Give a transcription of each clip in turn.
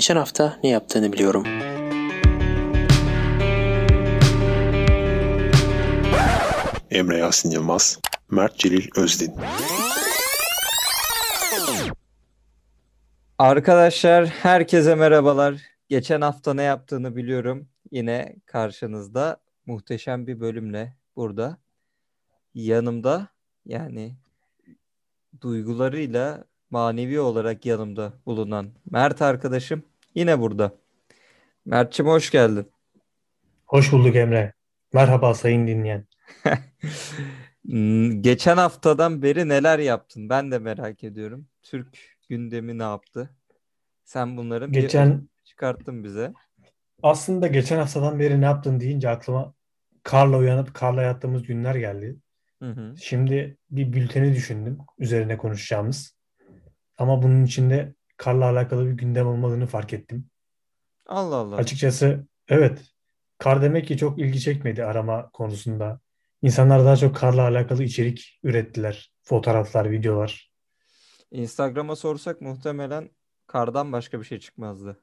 Geçen hafta ne yaptığını biliyorum. Emre Yasin Yılmaz, Mert Celil Özdin. Arkadaşlar herkese merhabalar. Geçen hafta ne yaptığını biliyorum. Yine karşınızda muhteşem bir bölümle burada. Yanımda yani duygularıyla manevi olarak yanımda bulunan Mert arkadaşım yine burada. Mert'cim hoş geldin. Hoş bulduk Emre. Merhaba sayın dinleyen. Geçen haftadan beri neler yaptın? Ben de merak ediyorum. Türk gündemi ne yaptı? Sen bunların bir özet Geçen çıkarttın bize. aslında geçen haftadan beri ne yaptın deyince aklıma karla uyanıp karla yattığımız günler geldi. Hı hı. Şimdi bir bülteni düşündüm üzerine konuşacağımız. Ama bunun içinde karla alakalı bir gündem olmadığını fark ettim. Allah Allah. Açıkçası evet, kar demek ki çok ilgi çekmedi arama konusunda. İnsanlar daha çok karla alakalı içerik ürettiler. Fotoğraflar, videolar. Instagram'a sorsak muhtemelen kardan başka bir şey çıkmazdı.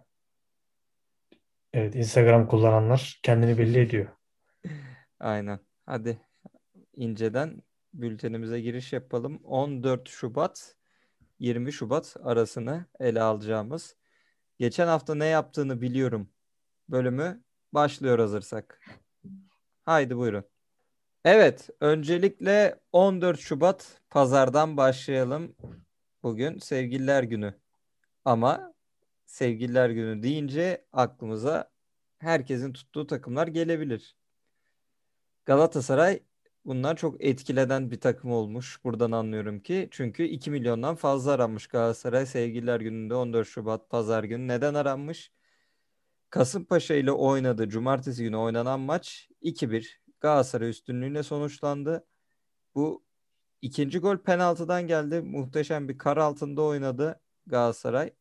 Evet, Instagram kullananlar kendini belli ediyor. Aynen. Hadi inceden bültenimize giriş yapalım. 14 Şubat 20 Şubat arasını ele alacağımız geçen hafta ne yaptığını biliyorum bölümü başlıyor hazırsak. Haydi buyurun. Evet, öncelikle 14 Şubat pazardan başlayalım. Bugün Sevgililer Günü. Ama Sevgililer Günü deyince aklımıza herkesin tuttuğu takımlar gelebilir. Galatasaray bundan çok etkilenen bir takım olmuş. Buradan anlıyorum ki. Çünkü 2 milyondan fazla aranmış Galatasaray Sevgililer Günü'nde 14 Şubat Pazar günü. Neden aranmış? Kasımpaşa ile oynadığı cumartesi günü oynanan maç 2-1 Galatasaray üstünlüğüyle sonuçlandı. Bu ikinci gol penaltıdan geldi. Muhteşem bir kar altında oynadı Galatasaray.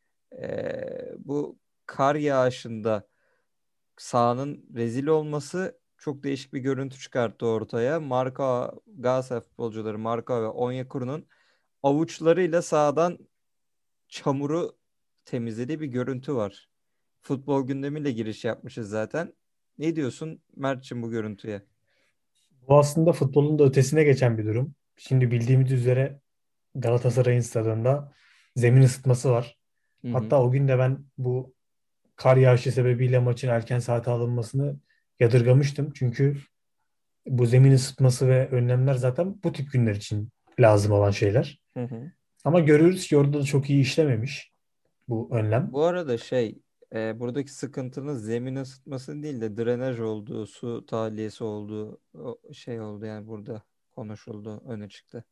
Bu kar yağışında sahanın rezil olması çok değişik bir görüntü çıkarttı ortaya. Galatasaray futbolcuları Marka ve Onyekuru'nun avuçlarıyla sahadan çamuru temizlediği bir görüntü var. Futbol gündemiyle giriş yapmışız zaten. Ne diyorsun Mert'cim bu görüntüye? Bu aslında futbolun da ötesine geçen bir durum. Şimdi bildiğimiz üzere Galatasaray'ın stadında zemin ısıtması var. Hı hı. Hatta o gün de ben bu kar yağışı sebebiyle maçın erken saate alınmasını yadırgamıştım. Çünkü bu zemin ısıtması ve önlemler zaten bu tip günler için lazım olan şeyler. Hı hı. Ama görüyoruz ki orada da çok iyi işlememiş bu önlem. Bu arada buradaki sıkıntının zemin ısıtması değil de drenaj olduğu, su tahliyesi olduğu oldu yani burada konuşuldu, öne çıktı.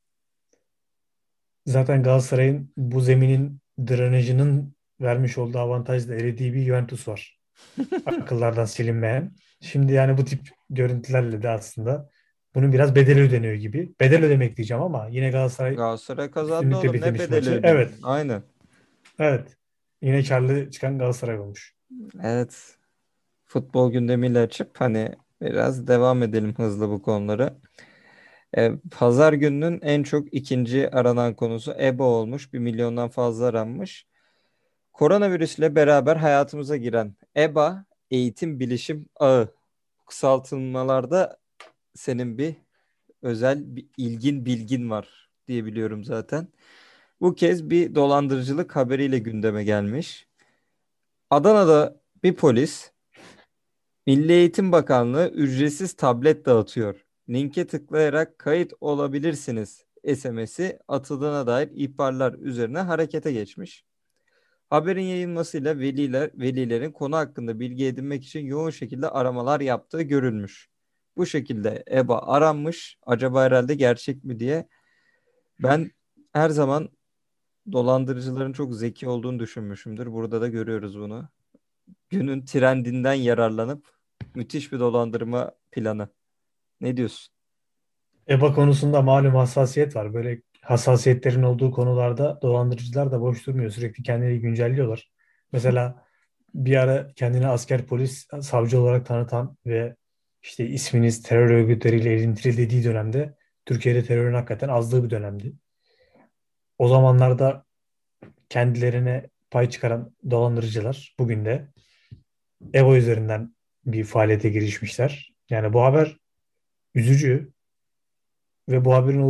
Zaten Galatasaray'ın bu zeminin drenajının vermiş olduğu avantajla elediği bir Juventus var. Akıllardan silinmeyen. Şimdi yani bu tip görüntülerle de aslında bunun biraz bedeli ödeniyor gibi. Bedel ödemek diyeceğim ama yine Galatasaray Galatasaray kazandı üstünlükle oğlum, ne bitirmiş bedeli maçı. ödeyeyim? Evet, Aynen. evet. Yine karlı çıkan Galatasaray olmuş. Evet. Futbol gündemiyle açıp hani biraz devam edelim hızlı bu konuları. Pazar gününün en çok ikinci aranan konusu EBA olmuş. 1 milyondan fazla aranmış. Koronavirüsle beraber hayatımıza giren EBA, Eğitim Bilişim Ağı. Kısaltılmalarda senin bir özel bir ilgin bilgin var diye biliyorum zaten. Bu kez bir dolandırıcılık haberiyle gündeme gelmiş. Adana'da bir polis Milli Eğitim Bakanlığı ücretsiz tablet dağıtıyor. Linke tıklayarak kayıt olabilirsiniz SMS'i atıldığına dair ihbarlar üzerine harekete geçmiş. Haberin yayılmasıyla velilerin konu hakkında bilgi edinmek için yoğun şekilde aramalar yaptığı görülmüş. Bu şekilde EBA aranmış. Acaba herhalde gerçek mi diye. Ben her zaman dolandırıcıların çok zeki olduğunu düşünmüşümdür. Burada da görüyoruz bunu. Günün trendinden yararlanıp müthiş bir dolandırma planı. Ne diyorsun? EBA konusunda malum hassasiyet var. Böyle hassasiyetlerin olduğu konularda dolandırıcılar da boş durmuyor. Sürekli kendileri güncelliyorlar. Mesela bir ara kendini asker, polis, savcı olarak tanıtan ve işte isminiz terör örgütleriyle ilintili dediği dönemde Türkiye'de terörün hakikaten azlığı bir dönemdi. O zamanlarda kendilerine pay çıkaran dolandırıcılar bugün de EBO üzerinden bir faaliyete girişmişler. Yani bu haber üzücü ve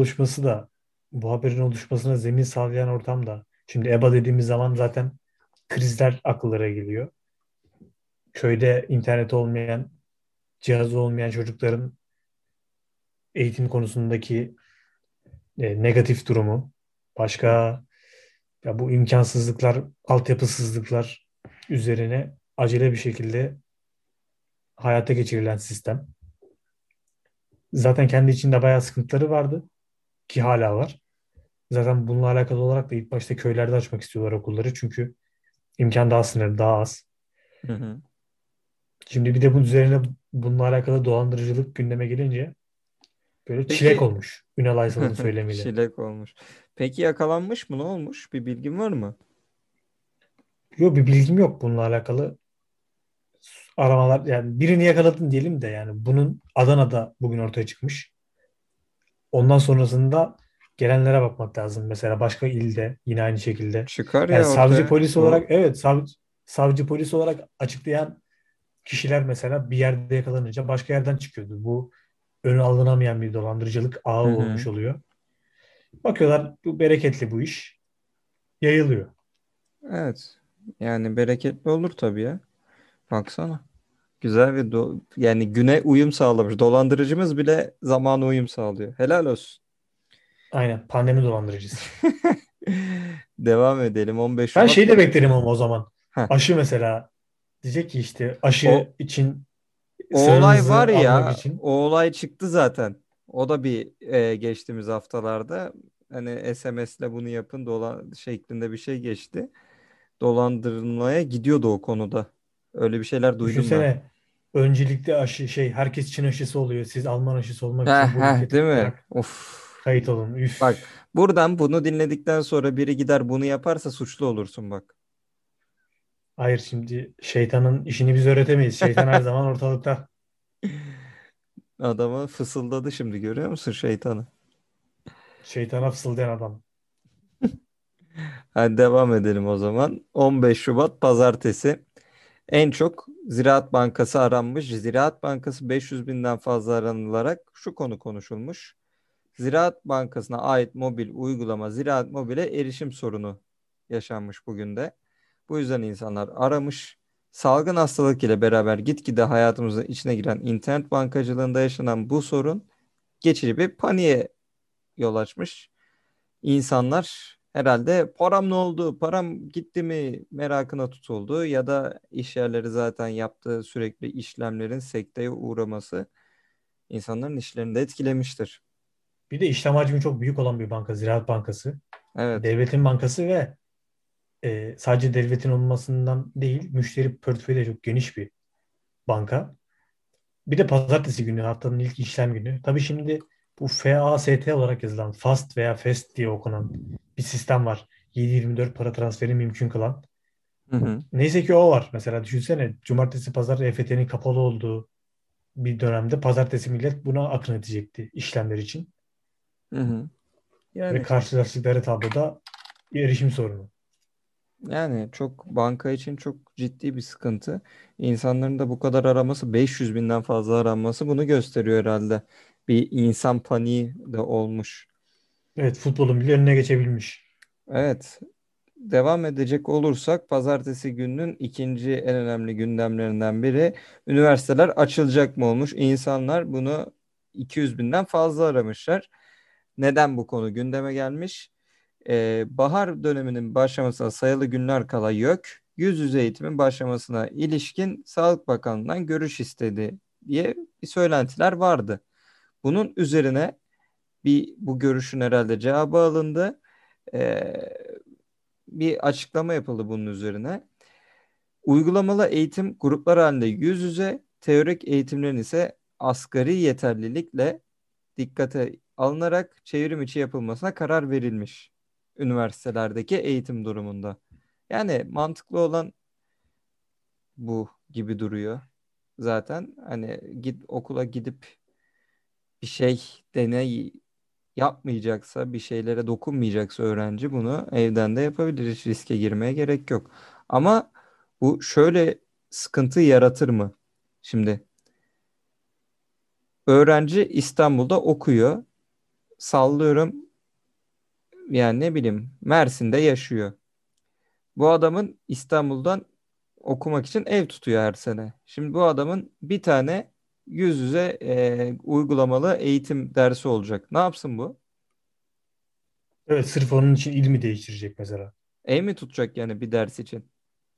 bu haberin oluşmasına zemin sağlayan ortam da. Şimdi EBA dediğimiz zaman zaten krizler akıllara geliyor. Köyde internet olmayan, cihazı olmayan çocukların eğitim konusundaki negatif durumu, başka ya bu imkansızlıklar, altyapısızlıklar üzerine acele bir şekilde hayata geçirilen sistem. Zaten kendi içinde bayağı sıkıntıları vardı ki hala var. Zaten bununla alakalı olarak da ilk başta köylerde açmak istiyorlar okulları çünkü imkan daha sınırlı, daha az. Hı hı. Şimdi bir de bunun üzerine bununla alakalı dolandırıcılık gündeme gelince böyle çilek Peki olmuş Ünal Aysal'ın söylemiyle. şilek olmuş. Peki yakalanmış mı? Ne olmuş? Bir bilgin var mı? Yok, bir bilgim yok bununla alakalı. Aramalar, yani birini yakaladın diyelim de yani bunun Adana'da bugün ortaya çıkmış. Ondan sonrasında gelenlere bakmak lazım. Mesela başka ilde yine aynı şekilde. Çıkar Yani ya savcı ortaya. polis olarak, evet, savcı polis olarak açıklayan kişiler mesela bir yerde yakalanınca başka yerden çıkıyordu. Bu önü alınamayan bir dolandırıcılık ağı Hı olmuş hı. oluyor. Bakıyorlar bu bereketli, bu iş yayılıyor. Evet. Yani bereketli olur tabii ya. Baksana. Güzel bir yani güne uyum sağlamış. Dolandırıcımız bile zamana uyum sağlıyor. Helal olsun. Aynen, pandemi dolandırıcısı. Devam edelim. 15 Ben Şubat. şeyi de beklerim ama o zaman. Heh. Aşı mesela, diyecek ki işte O, aşı için o olay var sıranızı almak ya, için. o olay çıktı zaten. O da bir geçtiğimiz haftalarda hani SMS'le bunu yapın şeklinde bir şey geçti. Dolandırılmaya gidiyordu o konuda. Öyle bir şeyler duydum ben. Düşünsene, öncelikle aşı herkes için aşısı oluyor. Siz Alman aşısı olmak Heh, için bu linke heh, değil mi? tıklayarak Of. kayıt olun. Üf. Bak, buradan bunu dinledikten sonra biri gider bunu yaparsa suçlu olursun bak. Hayır, şimdi şeytanın işini biz öğretemeyiz. Şeytan her zaman ortalıkta. Adamı fısıldadı şimdi, görüyor musun şeytanı? Şeytana fısıldayan adam. Hadi devam edelim o zaman. 15 Şubat Pazartesi. En çok Ziraat Bankası aranmış. Ziraat Bankası 500 binden fazla aranılarak şu konu konuşulmuş. Ziraat Bankası'na ait mobil uygulama Ziraat Mobil'e erişim sorunu yaşanmış bugün de. Bu yüzden insanlar aramış. Salgın hastalık ile beraber gitgide hayatımızın içine giren internet bankacılığında yaşanan bu sorun geçici bir paniğe yol açmış. İnsanlar herhalde param ne oldu, param gitti mi merakına tutuldu ya da iş yerleri zaten yaptığı sürekli işlemlerin sekteye uğraması insanların işlerini de etkilemiştir. Bir de işlem hacmi çok büyük olan bir banka. Ziraat Bankası. Evet. Devletin bankası ve sadece devletin olmasından değil, müşteri portföyü de çok geniş bir banka. Bir de pazartesi günü, haftanın ilk işlem günü. Tabii şimdi bu FAST olarak yazılan, Fast veya Fast diye okunan bir sistem var. 7/24 para transferi mümkün kılan. Hı hı. Neyse ki o var. Mesela düşünsene, cumartesi pazar EFT'nin kapalı olduğu bir dönemde pazartesi millet buna akın edecekti işlemler için. Hı hı. Ve Yani karşılaştıkları tabloda erişim sorunu. yani çok banka için çok ciddi bir sıkıntı. İnsanların da bu kadar araması, 500 binden fazla aranması bunu gösteriyor herhalde. Bir insan paniği de olmuş. Evet, futbolun bile önüne geçebilmiş. Evet. Devam edecek olursak pazartesi gününün ikinci en önemli gündemlerinden biri üniversiteler açılacak mı olmuş. İnsanlar bunu 200 binden fazla aramışlar. Neden bu konu gündeme gelmiş? Bahar döneminin başlamasına sayılı günler kala YÖK, yüz yüze eğitimin başlamasına ilişkin Sağlık Bakanlığı'ndan görüş istedi diye bir söylentiler vardı. Bunun üzerine bu görüşün herhalde cevabı alındı. Ee, Bir açıklama yapıldı bunun üzerine. Uygulamalı eğitim gruplar halinde yüz yüze, teorik eğitimlerin ise asgari yeterlilikle dikkate alınarak çevrim içi yapılmasına karar verilmiş üniversitelerdeki eğitim durumunda. Yani mantıklı olan bu gibi duruyor. Zaten hani okula gidip bir şey deney yapmayacaksa, bir şeylere dokunmayacaksa öğrenci bunu evden de yapabilir. Hiç riske girmeye gerek yok. Ama bu şöyle sıkıntı yaratır mı? Şimdi öğrenci İstanbul'da okuyor. Sallıyorum, yani ne bileyim, Mersin'de yaşıyor. Bu adamın İstanbul'dan okumak için ev tutuyor her sene. Şimdi bu adamın bir tane yüz yüze uygulamalı eğitim dersi olacak. Ne yapsın bu? Evet, sırf onun için ilmi değiştirecek mesela. Ev mi tutacak yani bir ders için?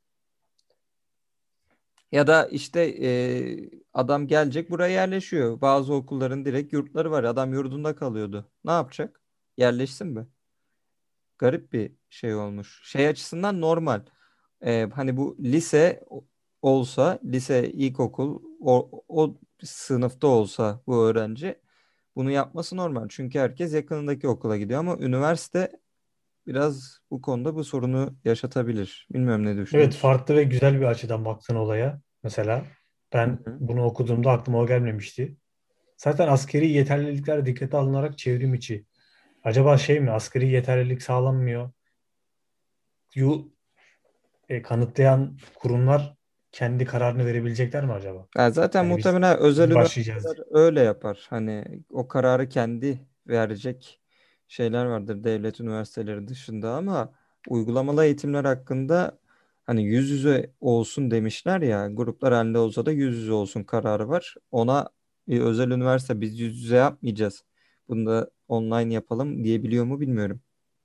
Ya da işte adam gelecek, buraya yerleşiyor. Bazı okulların direkt yurtları var. Adam yurdunda kalıyordu. Ne yapacak? Yerleşsin mi? Garip bir şey olmuş. Şey açısından normal. Hani bu lise olsa, lise, ilkokul, o sınıfta olsa bu öğrenci bunu yapması normal. Çünkü herkes yakınındaki okula gidiyor, ama üniversite biraz bu konuda bu sorunu yaşatabilir. Bilmiyorum, ne Evet, düşünüyorsun? farklı ve güzel bir açıdan baktın olaya. Mesela Hı ben hı. bunu okuduğumda aklıma o gelmemişti. Zaten askeri yeterlilikler dikkate alınarak çevrim içi. Acaba şey mi, askeri yeterlilik sağlanmıyor? Yu kanıtlayan kurumlar kendi kararını verebilecekler mi acaba? Yani zaten Yani biz muhtemelen özel biz başlayacağız. üniversiteler öyle yapar. Hani o kararı kendi verecek şeyler vardır devlet üniversiteleri dışında, ama uygulamalı eğitimler hakkında hani yüz yüze olsun demişler ya, gruplar halinde olsa da yüz yüze olsun kararı var. Ona bir özel üniversite biz yüz yüze yapmayacağız, bunu da online yapalım diyebiliyor mu bilmiyorum.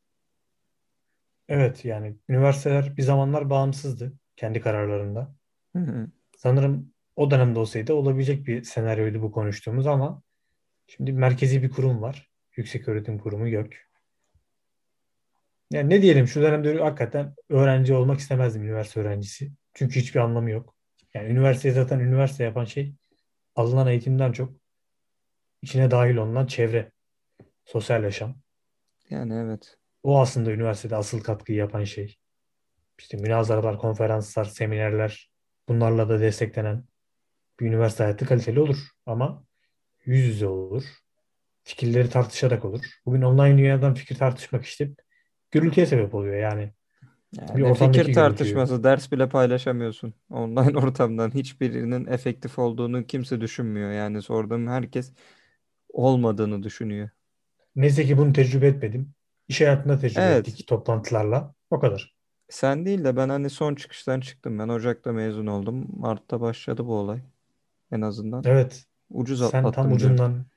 Evet, yani üniversiteler bir zamanlar bağımsızdı kendi kararlarında. Hı hı. Sanırım o dönemde olsaydı olabilecek bir senaryoydu bu konuştuğumuz, ama şimdi merkezi bir kurum var. Yükseköğretim Kurumu YÖK. Yani ne diyelim, şu dönemde hakikaten öğrenci olmak istemezdim, üniversite öğrencisi. Çünkü hiçbir anlamı yok. Yani üniversiteyi zaten üniversite yapan şey alınan eğitimden çok içine dahil olunan çevre, sosyal yaşam. Yani evet. O aslında üniversitede asıl katkıyı yapan şey. İşte münazaralar, konferanslar, seminerler, bunlarla da desteklenen bir üniversite hayatı kaliteli olur. Ama yüz yüze olur. Fikirleri tartışarak olur. Bugün online dünyadan fikir tartışmak işte gürültüye sebep oluyor. Yani bir Yani fikir ortamdaki gürültüyü. tartışması, ders bile paylaşamıyorsun. Online ortamdan hiçbirinin efektif olduğunu kimse düşünmüyor. Yani sorduğum herkes olmadığını düşünüyor. Neyse ki bunu tecrübe etmedim. İş hayatında tecrübe Evet, ettik toplantılarla. O kadar. sen değil de ben hani son çıkıştan çıktım. Ben Ocak'ta mezun oldum. Mart'ta başladı bu olay. En azından Evet. ucuz Sen tam atlattım diyorum. ucundan.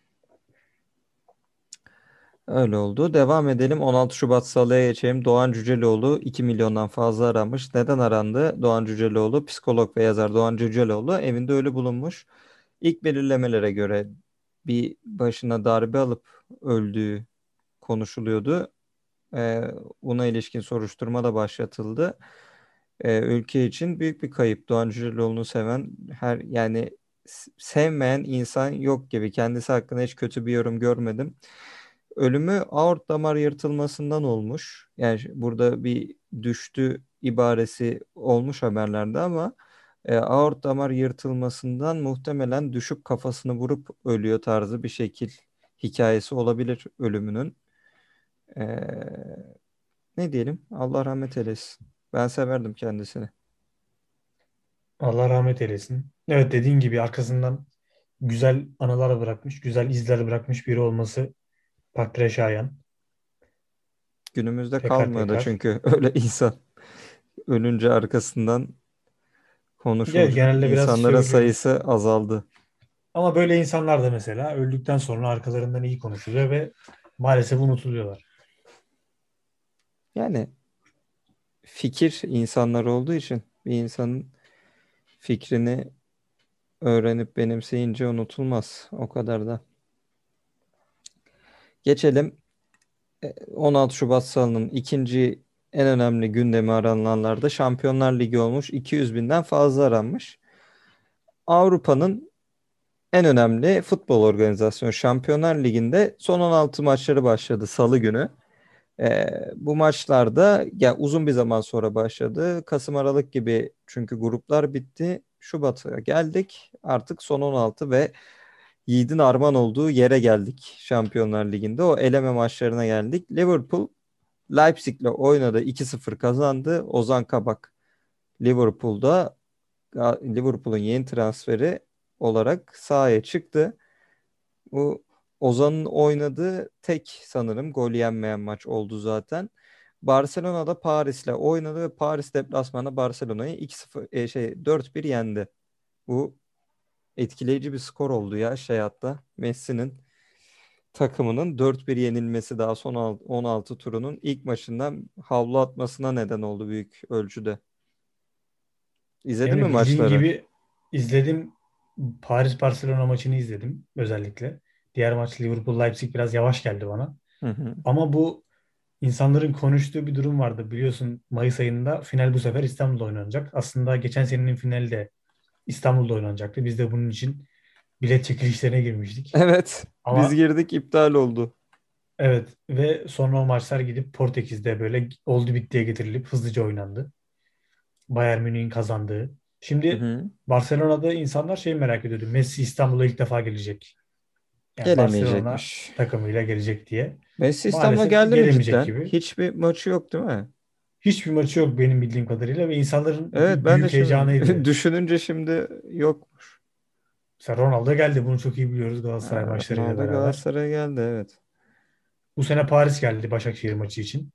Öyle oldu. Devam edelim. 16 Şubat Salı'ya geçelim. Doğan Cüceloğlu 2 milyondan fazla aranmış. Neden arandı? Doğan Cüceloğlu, psikolog ve yazar Doğan Cüceloğlu evinde ölü bulunmuş. İlk belirlemelere göre bir başına darbe alıp öldüğü konuşuluyordu. Buna ilişkin soruşturma da başlatıldı. Ülke için büyük bir kayıp. Doğan Cüceloğlu'nu seven yani sevmeyen insan yok gibi. Kendisi hakkında hiç kötü bir yorum görmedim. Ölümü aort damar yırtılmasından olmuş. Yani burada bir düştü ibaresi olmuş haberlerde, ama aort damar yırtılmasından muhtemelen düşüp kafasını vurup ölüyor tarzı bir şekil hikayesi olabilir ölümünün. E, Ne diyelim? Allah rahmet eylesin. Ben severdim kendisini. Allah rahmet eylesin. Evet, dediğin gibi arkasından güzel anılar bırakmış, güzel izler bırakmış biri olması takdire şayan. Günümüzde Tekrar kalmıyor da tekrar. çünkü öyle insan. Ölünce arkasından Evet, konuşulacak genelde biraz insanların sövülüyor. sayısı azaldı. Ama böyle insanlar da mesela öldükten sonra arkalarından iyi konuşuluyor ve maalesef unutuluyorlar. Yani fikir insanlar olduğu için bir insanın fikrini öğrenip benimseyince unutulmaz. O kadar da. Geçelim. 16 Şubat Salı'nın ikinci en önemli gündemi arananlarda Şampiyonlar Ligi olmuş. 200 binden fazla aranmış. Avrupa'nın en önemli futbol organizasyonu Şampiyonlar Ligi'nde son 16 maçları başladı Salı günü. Bu maçlarda ya uzun bir zaman sonra başladı. Kasım Aralık gibi, çünkü gruplar bitti. Şubat'a geldik. Artık son 16 ve Yiğidin armağan olduğu yere geldik Şampiyonlar Ligi'nde. O eleme maçlarına geldik. Liverpool Leipzig'le oynadı. 2-0 kazandı. Ozan Kabak Liverpool'da Liverpool'un yeni transferi olarak sahaya çıktı. Bu Ozan'ın oynadığı tek sanırım gol yenmeyen maç oldu zaten. Barcelona'da Paris'le oynadı ve Paris deplasmanda Barcelona'yı 4-1 yendi. Bu etkileyici bir skor oldu ya hatta Messi'nin takımının 4-1 yenilmesi daha son 16 turunun ilk maçından havlu atmasına neden oldu büyük ölçüde. İzledin mi Yani bildiğin maçları? gibi izledim. Paris-Barcelona maçını izledim özellikle. Diğer maç Liverpool-Leipzig biraz yavaş geldi bana. Hı hı. Ama bu insanların konuştuğu bir durum vardı. Biliyorsun Mayıs ayında final bu sefer İstanbul'da oynanacak. Aslında geçen senenin finali de İstanbul'da oynanacaktı. Biz de bunun için bilet çekilişlerine girmiştik. Evet, biz Ama girdik iptal oldu. evet, ve sonra o maçlar gidip Portekiz'de böyle oldu bittiye getirilip hızlıca oynandı. Bayern Münih'in kazandığı. Hı Şimdi hı. Barcelona'da insanlar şey merak ediyordu. Messi İstanbul'a ilk defa gelecek. Yani Barcelona Gelemeyecekmiş. takımıyla gelecek diye. Messi İstanbul'a Maalesef geldi mi gelemeyecek cidden? gibi. Hiçbir maçı yok değil mi? Hiçbir maçı yok benim bildiğim kadarıyla ve insanların Evet, ben de büyük şimdi heyecanıydı. düşününce şimdi yokmuş. Mesela Ronaldo geldi. Bunu çok iyi biliyoruz Galatasaray maçlarıyla Ronaldo beraber. Galatasaray'a geldi, evet. Bu sene Paris geldi Başakşehir maçı için.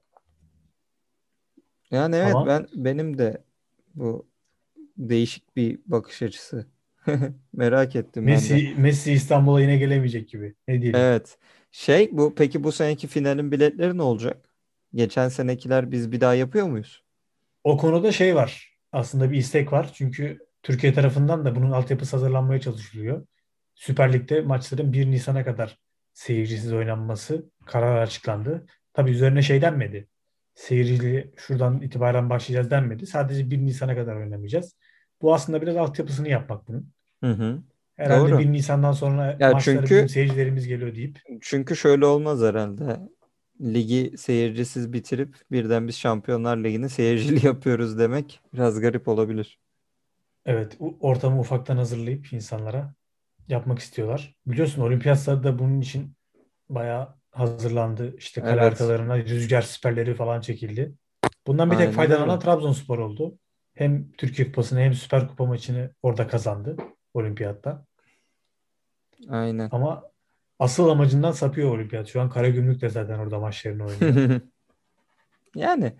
Yani evet, Ama benim de bu değişik bir bakış açısı. Merak ettim ben de. Messi İstanbul'a yine gelemeyecek gibi. Ne diyelim? Evet. Peki bu seneki finalin biletleri ne olacak? Geçen senekiler biz bir daha yapıyor muyuz? O konuda şey var. Aslında bir istek var. Çünkü Türkiye tarafından da bunun altyapısı hazırlanmaya çalışılıyor. Süper Lig'de maçların 1 Nisan'a kadar seyircisiz oynanması karar açıklandı. Tabii üzerine şey denmedi. Seyircili şuradan itibaren başlayacağız denmedi. Sadece 1 Nisan'a kadar oynamayacağız. Bu aslında biraz altyapısını yapmak bunun. Hı hı. Herhalde Doğru. 1 Nisan'dan sonra Ya maçlara bizim çünkü seyircilerimiz geliyor deyip. çünkü şöyle olmaz herhalde. Ligi seyircisiz bitirip birden biz Şampiyonlar Ligi'ni seyircili yapıyoruz demek biraz garip olabilir. Evet, ortamı ufaktan hazırlayıp insanlara yapmak istiyorlar. Biliyorsun olimpiyatlar da bunun için bayağı hazırlandı. İşte kale Evet, arkalarına rüzgar siperleri falan çekildi. Bundan bir tek aynen faydalanan öyle. Trabzonspor oldu. Hem Türkiye Kupası'nı hem Süper Kupa maçını orada kazandı olimpiyatta. Aynen. Ama asıl amacından sapıyor olimpiyat. Şu an Karagümrük de zaten orada maçlarını oynuyor. Yani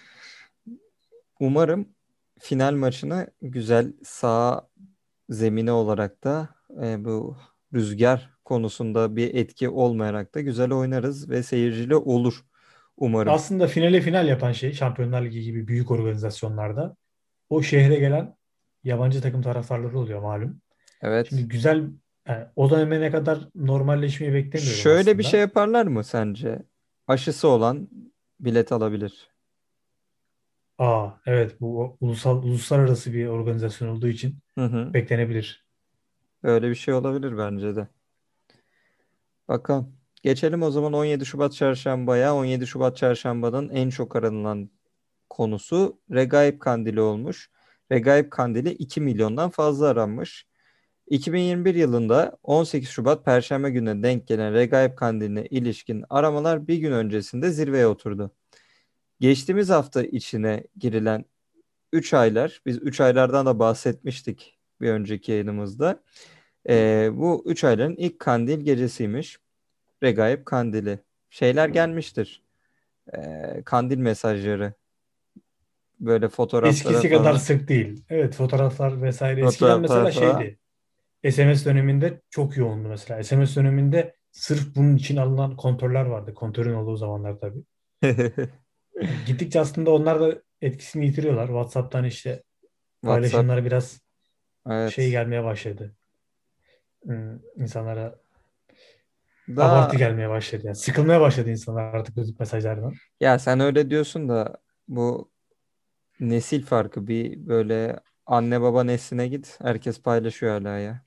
umarım final maçını güzel sağ zemine olarak da bu rüzgar konusunda bir etki olmayarak da güzel oynarız ve seyircili olur umarım. Aslında finale final yapan şey Şampiyonlar Ligi gibi büyük organizasyonlarda o şehre gelen yabancı takım taraftarları oluyor malum. Şimdi Evet. güzel, yani o döneme kadar normalleşmeyi beklemiyorum Şöyle bir şey aslında. yaparlar mı sence? Aşısı olan bilet alabilir. Aa, evet, bu uluslararası bir organizasyon olduğu için Hı hı. beklenebilir. Böyle bir şey olabilir bence de. Bakalım. Geçelim o zaman 17 Şubat Çarşamba'ya. 17 Şubat Çarşamba'nın en çok aranılan konusu Regaip Kandili olmuş. Regaip Kandili 2 milyondan fazla aranmış. 2021 yılında 18 Şubat Perşembe gününe denk gelen Regaip Kandili'ne ilişkin aramalar bir gün öncesinde zirveye oturdu. Geçtiğimiz hafta içine girilen 3 aylar, biz 3 aylardan da bahsetmiştik bir önceki yayınımızda. Bu 3 ayların ilk kandil gecesiymiş. Regaip Kandili. Şeyler gelmiştir. Kandil mesajları. Böyle fotoğraflara Eskisi kadar falan. sık değil. Evet, fotoğraflar vesaire. Eskiden Fotoğraflar mesela falan. şeydi. SMS döneminde çok yoğundu mesela. SMS döneminde sırf bunun için alınan kontörler vardı. Kontörün olduğu zamanlar tabii. Yani gittikçe aslında onlar da etkisini yitiriyorlar. WhatsApp'tan işte WhatsApp. paylaşımlar biraz şey Evet. gelmeye başladı. İnsanlara abartı Daha gelmeye başladı. Yani sıkılmaya başladı insanlar artık bu tip mesajlardan. ya sen öyle diyorsun da bu nesil farkı bir böyle anne baba nesline git. Herkes paylaşıyor hala ya.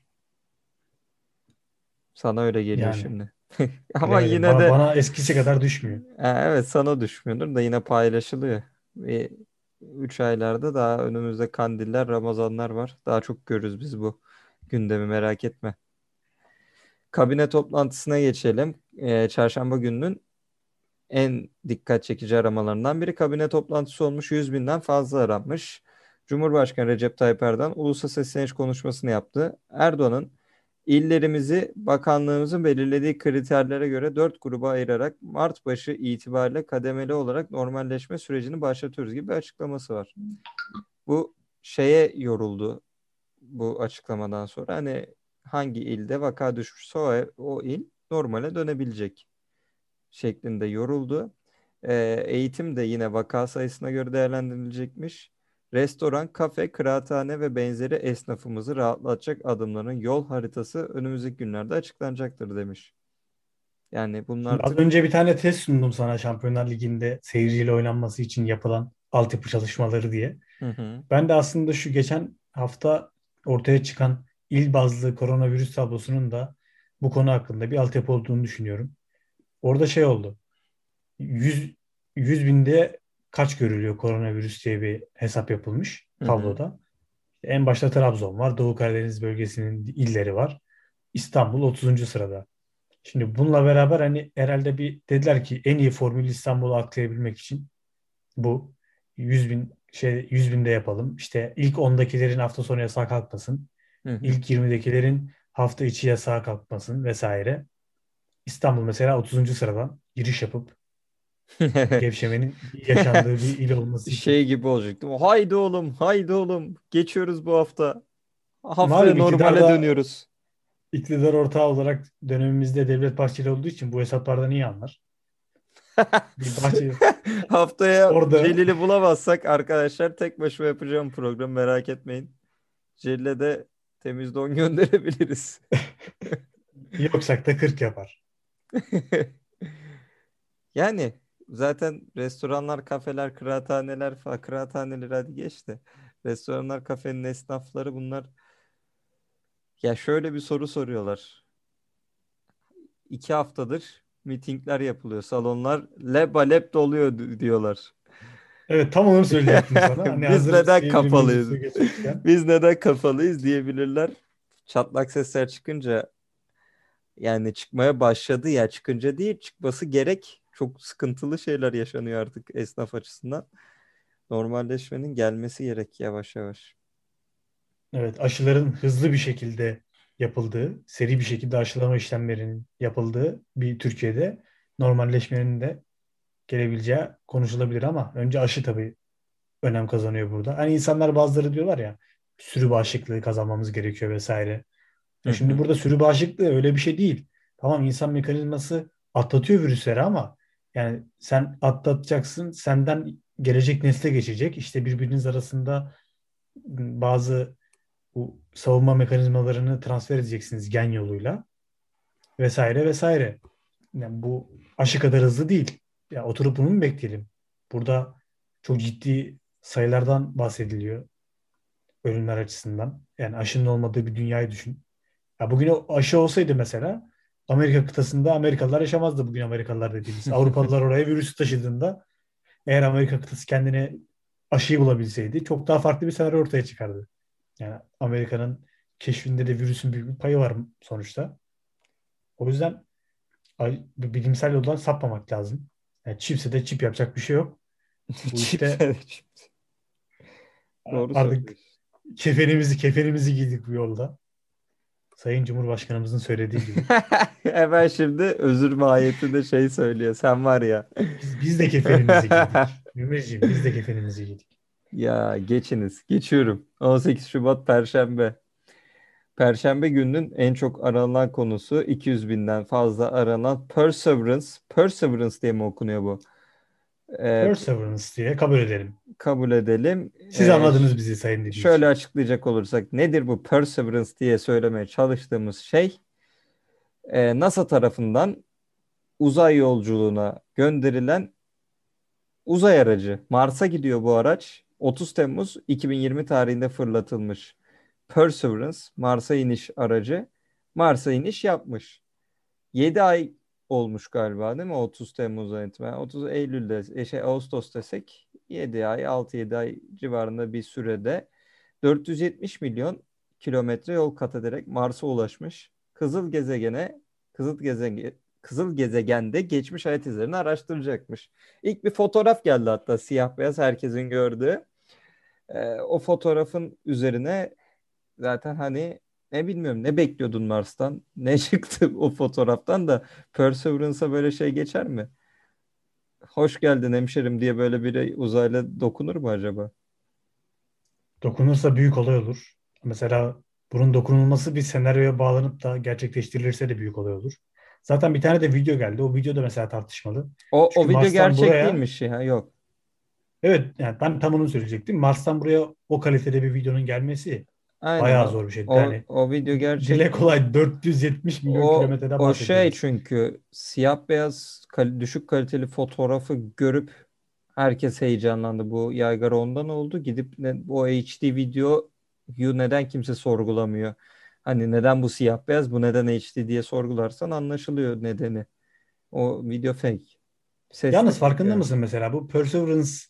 Sana öyle geliyor Yani şimdi. Ama bilemedim. yine Bana, de bana eskisi kadar düşmüyor. evet sana düşmüyordur da yine paylaşılıyor. Ve 3 aylarda daha önümüzde kandiller, Ramazanlar var. Daha çok görürüz biz bu gündemi merak etme. Kabine toplantısına geçelim. Çarşamba gününün en dikkat çekici aramalarından biri kabine toplantısı olmuş. 100 binden fazla aranmış. Cumhurbaşkanı Recep Tayyip Erdoğan ulusa sesleniş konuşmasını yaptı. Erdoğan'ın illerimizi bakanlığımızın belirlediği kriterlere göre 4 gruba ayırarak Mart başı itibariyle kademeli olarak normalleşme sürecini başlatıyoruz gibi bir açıklaması var. Bu şeye yoruldu bu açıklamadan sonra. Hani hangi ilde vaka düşmüşse o il normale dönebilecek şeklinde yoruldu. Eğitim de yine vaka sayısına göre değerlendirilecekmiş. Restoran, kafe, kıraathane ve benzeri esnafımızı rahatlatacak adımların yol haritası önümüzdeki günlerde açıklanacaktır demiş. Yani bunun Şimdi az artık önce bir tane test sundum sana Şampiyonlar Ligi'nde seyirciyle oynanması için yapılan altyapı çalışmaları diye. hı hı, Ben de aslında şu geçen hafta ortaya çıkan il bazlı koronavirüs tablosunun da bu konu hakkında bir altyapı olduğunu düşünüyorum. Orada şey oldu. 100, 100 binde kaç görülüyor koronavirüs diye bir hesap yapılmış hı hı. tabloda. En başta Trabzon var. Doğu Karadeniz bölgesinin illeri var. İstanbul 30. sırada. Şimdi bununla beraber hani herhalde bir dediler ki en iyi formül İstanbul'u atlayabilmek için bu 100 binde yapalım. İşte ilk 10'dakilerin hafta sonu yasağı kalkmasın. Hı hı. İlk 20'dekilerin hafta içi yasağı kalkmasın vesaire. İstanbul mesela 30. sıradan giriş yapıp gevşemenin yaşandığı bir il olması için. Şey gibi olacak değil mi? Haydi oğlum, haydi oğlum. Geçiyoruz bu hafta. Haftaya Malum normale dönüyoruz. iktidar ortağı olarak dönemimizde Devlet Bahçeli olduğu için bu hesaplardan iyi anlar. Bir Bahçeli Haftaya orada Celil'i bulamazsak arkadaşlar tek başıma yapacağım program merak etmeyin. Celil'e de temiz don gönderebiliriz. yoksak da 40 yapar. Yani zaten restoranlar, kafeler, kıraathaneler falan, kıraathaneler hadi geçti. Restoranlar, kafenin esnafları bunlar. Ya şöyle bir soru soruyorlar. 2 haftadır mitingler yapılıyor. Salonlar lebalep doluyor diyorlar. Evet, tam onu söyleyecektim sana. Hani Biz hazır neden sinir kapalıyız? mevzusu geçmişken. Biz neden kapalıyız diyebilirler. Çatlak sesler çıkınca yani çıkmaya başladı ya çıkınca değil çıkması gerek. Çok sıkıntılı şeyler yaşanıyor artık esnaf açısından. Normalleşmenin gelmesi gerek yavaş yavaş. Evet, aşıların hızlı bir şekilde yapıldığı, seri bir şekilde aşılama işlemlerinin yapıldığı bir Türkiye'de normalleşmenin de gelebileceği konuşulabilir ama önce aşı tabii önem kazanıyor burada. Hani insanlar bazıları diyorlar ya sürü bağışıklığı kazanmamız gerekiyor vesaire. Hı Ya şimdi hı. burada sürü bağışıklığı öyle bir şey değil. Tamam, insan mekanizması atlatıyor virüsleri ama yani sen atlatacaksın, senden gelecek nesle geçecek. İşte birbiriniz arasında bazı bu savunma mekanizmalarını transfer edeceksiniz gen yoluyla vesaire vesaire. Yani bu aşı kadar hızlı değil. Ya oturup bunu mu bekleyelim? Burada çok ciddi sayılardan bahsediliyor ölümler açısından. Yani aşının olmadığı bir dünyayı düşün. Ya bugün o aşı olsaydı mesela Amerika kıtasında Amerikalılar yaşamazdı, bugün Amerikalılar dediğimiz. Avrupalılar oraya virüsü taşıdığında eğer Amerika kıtası kendine aşıyı bulabilseydi çok daha farklı bir senaryo ortaya çıkardı. Yani Amerika'nın keşfinde de virüsün büyük bir payı var sonuçta. O yüzden bilimsel yoldan sapmamak lazım. Yani çipse de çip, yapacak bir şey yok. Bu işte Çipse de çipse. Doğru artık söylüyorsun. kefenimizi giydik bu yolda. Sayın Cumhurbaşkanımızın söylediği gibi. Hemen şimdi özür mahiyetinde şey söylüyor. Sen var ya. Biz de kefenimizi giydik. Mümreciğim, biz de kefenimizi giydik. Ya geçiniz. Geçiyorum. 18 Şubat Perşembe. Perşembe gününün en çok aranan konusu 200 binden fazla aranan Perseverance. Perseverance diye mi okunuyor bu? Ee, Perseverance diye kabul edelim. kabul edelim. Siz anladınız bizi sayın Şöyle dinleyici. açıklayacak olursak nedir bu Perseverance diye söylemeye çalıştığımız şey? NASA tarafından uzay yolculuğuna gönderilen uzay aracı. Mars'a gidiyor bu araç. 30 Temmuz 2020 tarihinde fırlatılmış. Perseverance Mars'a iniş aracı. Mars'a iniş yapmış. 7 ay olmuş galiba değil mi? 30 Temmuz'a itibaren. 30 Eylül'de Ağustos desek 7 ay 6-7 ay civarında bir sürede 470 milyon kilometre yol kat ederek Mars'a ulaşmış. Kızıl gezegen Kızıl gezegende geçmiş hayat izlerini araştıracakmış. İlk bir fotoğraf geldi, hatta siyah beyaz, herkesin gördüğü. O fotoğrafın üzerine zaten hani ne bilmiyorum, ne bekliyordun Mars'tan? Ne çıktı o fotoğraftan da? Perseverance'a böyle şey geçer mi? Hoş geldin hemşerim diye böyle biri uzaylı dokunur mu acaba? Dokunursa büyük olay olur. Mesela bunun dokunulması bir senaryoya bağlanıp da gerçekleştirilirse de büyük olay olur. Zaten bir tane de video geldi. O video da mesela tartışmalı. O Çünkü video Mars'tan gerçek buraya, değilmiş ya. Yok. evet, yani ben tam onu söyleyecektim. Mars'tan buraya o kalitede bir videonun gelmesi Aynen bayağı zor bir şey. o, Yani o video dile gerçek değil. kolay 470 milyon kilometreden O şey, bahsediyoruz. çünkü siyah beyaz düşük kaliteli fotoğrafı görüp herkes heyecanlandı. Bu yaygara ondan oldu. Gidip o HD videoyu neden kimse sorgulamıyor? Hani neden bu siyah beyaz, bu neden HD diye sorgularsan anlaşılıyor nedeni. O video fake. Sesli Yalnız farkında çünkü. mısın mesela bu Perseverance'ın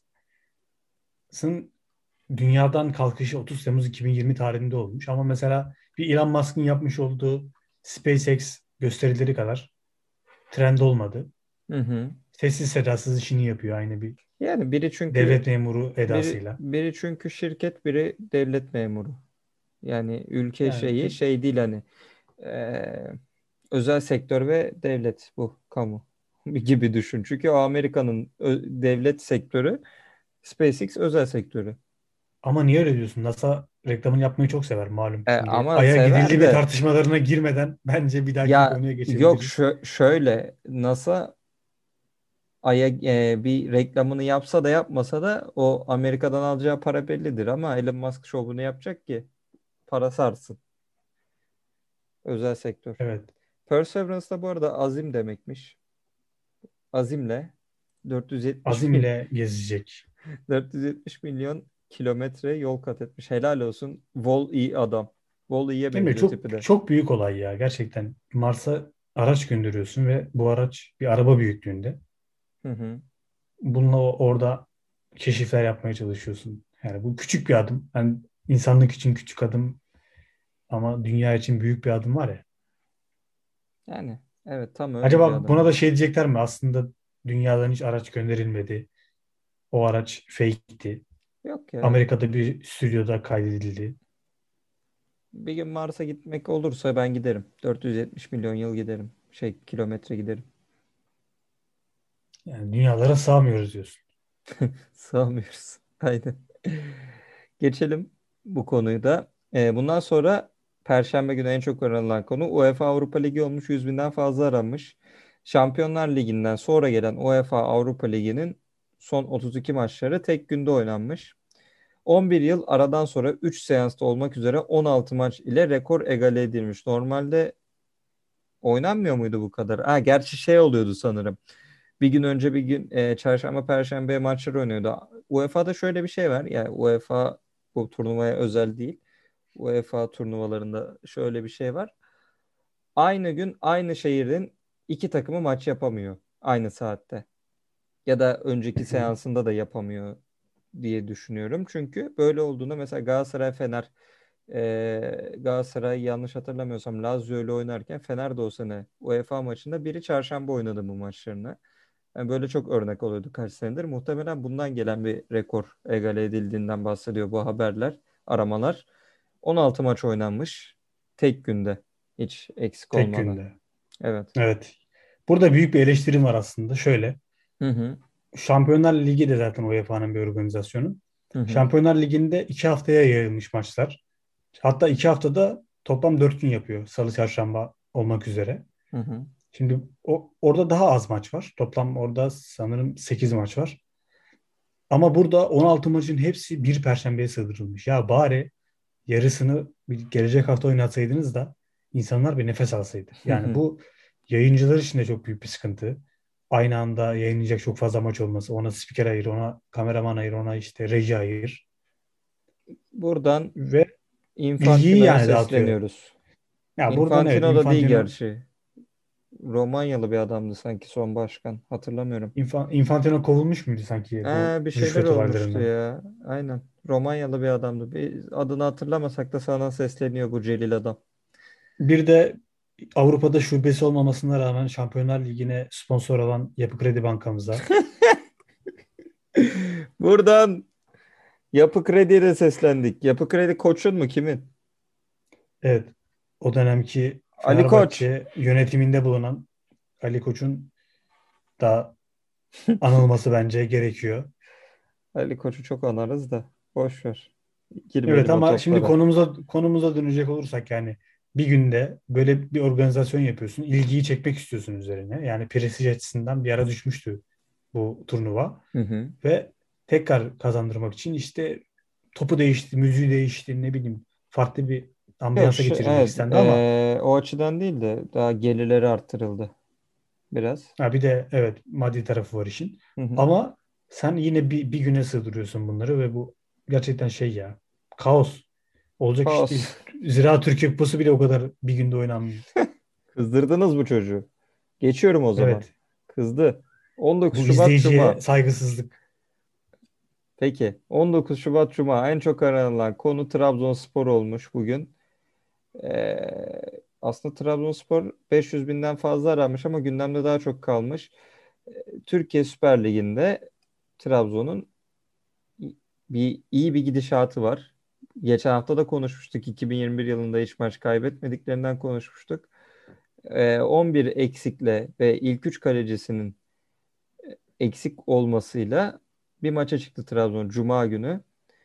dünyadan kalkışı 30 Temmuz 2020 tarihinde olmuş. Ama mesela bir Elon Musk'ın yapmış olduğu SpaceX gösterileri kadar trend olmadı. Hı hı. Sessiz sedasız işini yapıyor aynı bir Yani biri çünkü devlet memuru biri, edasıyla. biri çünkü şirket, biri devlet memuru. Yani ülke Yani şeyi şey değil hani, eee, özel sektör ve devlet, bu kamu gibi düşün. Çünkü o Amerika'nın devlet sektörü, SpaceX özel sektörü. ama niye öyle diyorsun? NASA reklamını yapmayı çok sever malum. Şimdi Ama Ay'a gidildi sever mi de, tartışmalarına girmeden bence bir dahaki ya konuya yok, geçebiliriz. şöyle, NASA Ay'a bir reklamını yapsa da yapmasa da o Amerika'dan alacağı para bellidir, ama Elon Musk şovunu yapacak ki para sarsın. Özel sektör. Evet. Perseverance da bu arada azim demekmiş. Azimle 470 Azim ile gezecek. 470 milyon kilometre yol kat etmiş. Helal olsun. Wall-E adam. Wall-E'ye Değil mi? benziyor Çok tipi de. çok büyük olay ya gerçekten. Mars'a araç gönderiyorsun ve bu araç bir araba büyüklüğünde. Hı hı. Bununla orada keşifler yapmaya çalışıyorsun. Yani bu küçük bir adım. Yani insanlık için küçük adım ama dünya için büyük bir adım var ya. Yani evet, tam öyle bir Acaba adam. buna da şey diyecekler mi? Aslında dünyadan hiç araç gönderilmedi. O araç fake'ti. Yok ya. Amerika'da bir stüdyoda kaydedildi. Bir gün Mars'a gitmek olursa ben giderim. 470 milyon yıl giderim. Kilometre giderim. Yani dünyalara sığamıyoruz diyorsun. Sığamıyoruz. Aynen. Geçelim bu konuyu da. Bundan sonra Perşembe günü en çok aranılan konu UEFA Avrupa Ligi olmuş. 100 binden fazla aranmış. Şampiyonlar Ligi'nden sonra gelen UEFA Avrupa Ligi'nin son 32 maçları tek günde oynanmış. 11 yıl aradan sonra 3 seansta olmak üzere 16 maç ile rekor egale edilmiş. Normalde oynanmıyor muydu bu kadar? Ha, gerçi şey oluyordu sanırım. Bir gün önce, bir gün çarşamba perşembe maçları oynuyordu. UEFA'da şöyle bir şey var. Yani UEFA bu turnuvaya özel değil. UEFA turnuvalarında şöyle bir şey var. Aynı gün aynı şehrin iki takımı maç yapamıyor aynı saatte. Ya da önceki Hı. seansında da yapamıyor diye düşünüyorum. Çünkü böyle olduğunda mesela Galatasaray Fener, Galatasaray yanlış hatırlamıyorsam Lazio ile oynarken Fener de o sene UEFA maçında biri çarşamba oynadı bu maçlarını. Yani böyle çok örnek oluyordu kaç senedir. Muhtemelen bundan gelen bir rekor egale edildiğinden bahsediyor bu haberler, aramalar. 16 maç oynanmış tek günde, hiç eksik Tek olmadan. günde. Evet. Evet. Burada büyük bir eleştirim var aslında. Şöyle. Hı hı. Şampiyonlar Ligi de zaten UEFA'nın bir organizasyonu. Hı hı. Şampiyonlar Ligi'nde 2 haftaya yayılmış maçlar. Hatta 2 haftada toplam 4 gün yapıyor. Salı, çarşamba olmak üzere. Hı hı. Şimdi orada daha az maç var. Toplam orada sanırım 8 maç var. Ama burada 16 maçın hepsi bir perşembeye sığdırılmış. Ya bari yarısını bir gelecek hafta oynatsaydınız da insanlar bir nefes alsaydı. Hı Yani hı. bu yayıncılar için de çok büyük bir sıkıntı. Aynı anda yayınlayacak çok fazla maç olması. Ona spiker ayır, ona kameraman ayır, ona işte reji ayır. Buradan Ve ilgiyi Infantino'ya yani dağıtıyor. sesleniyoruz. Ya buradan evet Infantino da değil Infantino gerçi. Romanyalı bir adamdı sanki son başkan. Hatırlamıyorum. Infantino kovulmuş muydu sanki bu Bir şeyler rüşvet olmuştu olaylarından? ya. Aynen. Romanyalı bir adamdı. Bir adını hatırlamasak da sana sesleniyor bu celil adam. Bir de Avrupa'da şubesi olmamasına rağmen Şampiyonlar Ligi'ne sponsor olan Yapı Kredi Bankamıza. Buradan Yapı Kredi'ye de seslendik. Yapı Kredi koçun mu kimin? Evet, o dönemki Ali Koç. Fenerbahçe yönetiminde bulunan Ali Koç'un da anılması bence gerekiyor. Ali Koç'u çok anarız da boş ver. Evet Girmeyelim o ama şimdi toplara. konumuza dönecek olursak yani bir günde böyle bir organizasyon yapıyorsun. İlgiyi çekmek istiyorsun üzerine. Yani prestij açısından bir ara düşmüştü bu turnuva. Hı hı. Ve tekrar kazandırmak için işte topu değişti, müziği değişti, ne bileyim farklı bir Yok, ambiyansa geçirilmek evet, istendi ama o açıdan değil de daha gelirleri arttırıldı biraz. ha bir de evet maddi tarafı var işin. Hı hı. Ama sen yine bir güne sığdırıyorsun bunları ve bu gerçekten şey ya kaos. Olacak iş değil. Kaos. Zira Türkiye Kupası bile o kadar bir günde oynanmıyor. Kızdırdınız bu çocuğu. Geçiyorum o zaman. Evet. Kızdı. 19 Bu Şubat izleyiciye Cuma. saygısızlık. Peki. 19 Şubat Cuma en çok aranılan konu Trabzonspor olmuş bugün. Aslında Trabzonspor 500 binden fazla aranmış ama gündemde daha çok kalmış. Türkiye Süper Ligi'nde Trabzon'un iyi bir gidişatı var. Geçen hafta da konuşmuştuk. 2021 yılında hiç maç kaybetmediklerinden konuşmuştuk. 11 eksikle ve ilk 3 kalecisinin eksik olmasıyla bir maça çıktı Trabzon Cuma günü.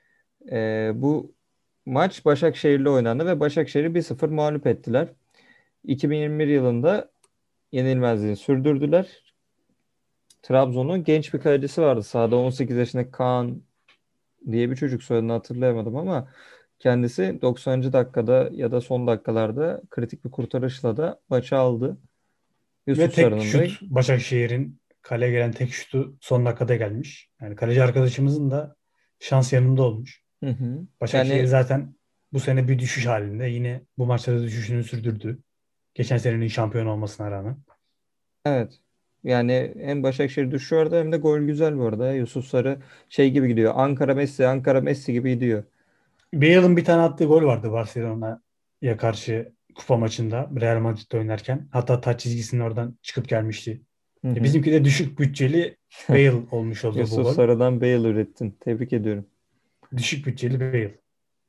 Bu maç Başakşehir'le oynandı ve Başakşehir'i 1-0 mağlup ettiler. 2021 yılında yenilmezliğini sürdürdüler. Trabzon'un genç bir kalecisi vardı sahada, 18 yaşındaki Kaan diye bir çocuk, soyadını hatırlayamadım ama kendisi 90. dakikada ya da son dakikalarda kritik bir kurtarışla da maçı aldı. Ve Yusuf tek Sarı'nın da. şut Başakşehir'in kaleye gelen tek şutu son dakikada gelmiş. Yani kaleci arkadaşımızın da şans yanında olmuş. Hı hı. Başakşehir Yani zaten bu sene bir düşüş halinde. Yine bu maçlarda düşüşünü sürdürdü. Geçen senenin şampiyon olmasına rağmen. evet. Yani hem Başakşehir düşüyordu hem de gol güzel bu arada. Yusuf Sarı şey gibi gidiyor. Ankara Messi, Ankara Messi gibi gidiyor. Bale'ın bir tane attığı gol vardı Barcelona'ya karşı kupa maçında Real Madrid'de oynarken. Hatta taç çizgisinin oradan çıkıp gelmişti. Hı hı. Bizimki de düşük bütçeli Bale olmuş oldu bu Yusuf gol. Sarı'dan Bale ürettin. Tebrik ediyorum. Düşük bütçeli Bale.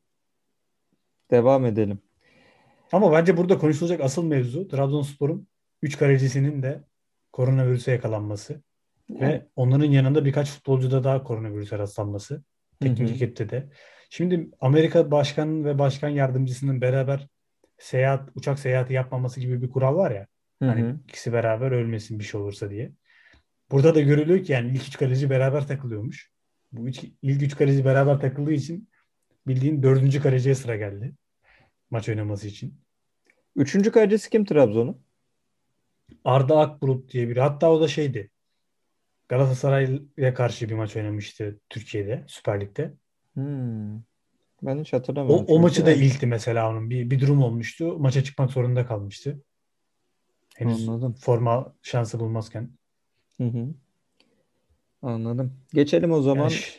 Devam edelim. Ama bence burada konuşulacak asıl mevzu Trabzonspor'un 3 kalecisinin de koronavirüse yakalanması Yani. ve onların yanında birkaç futbolcuda daha koronavirüse rastlanması. Hı Teknik hı. ekipte de. Şimdi Amerika Başkanı ve Başkan Yardımcısının beraber uçak seyahati yapmaması gibi bir kural var ya. Hı Hani hı. ikisi beraber ölmesin bir şey olursa diye. Burada da görülüyor ki yani ilk üç kaleci beraber takılıyormuş. İlk üç kaleci beraber takıldığı için bildiğin dördüncü kaleciye sıra geldi maç oynaması için. Üçüncü kalecisi kim Trabzon'un? Arda Akbulut diye biri. Hatta o da şeydi. Galatasaray'a karşı bir maç oynamıştı Türkiye'de, Süper Lig'de. Hmm. Ben hiç hatırlamıyorum O çünkü maçı da de. ilkti mesela onun. Bir durum olmuştu. Maça çıkmak zorunda kalmıştı. Henüz Anladım. forma şansı bulmazken. Hı hı. Anladım. Geçelim o Yani zaman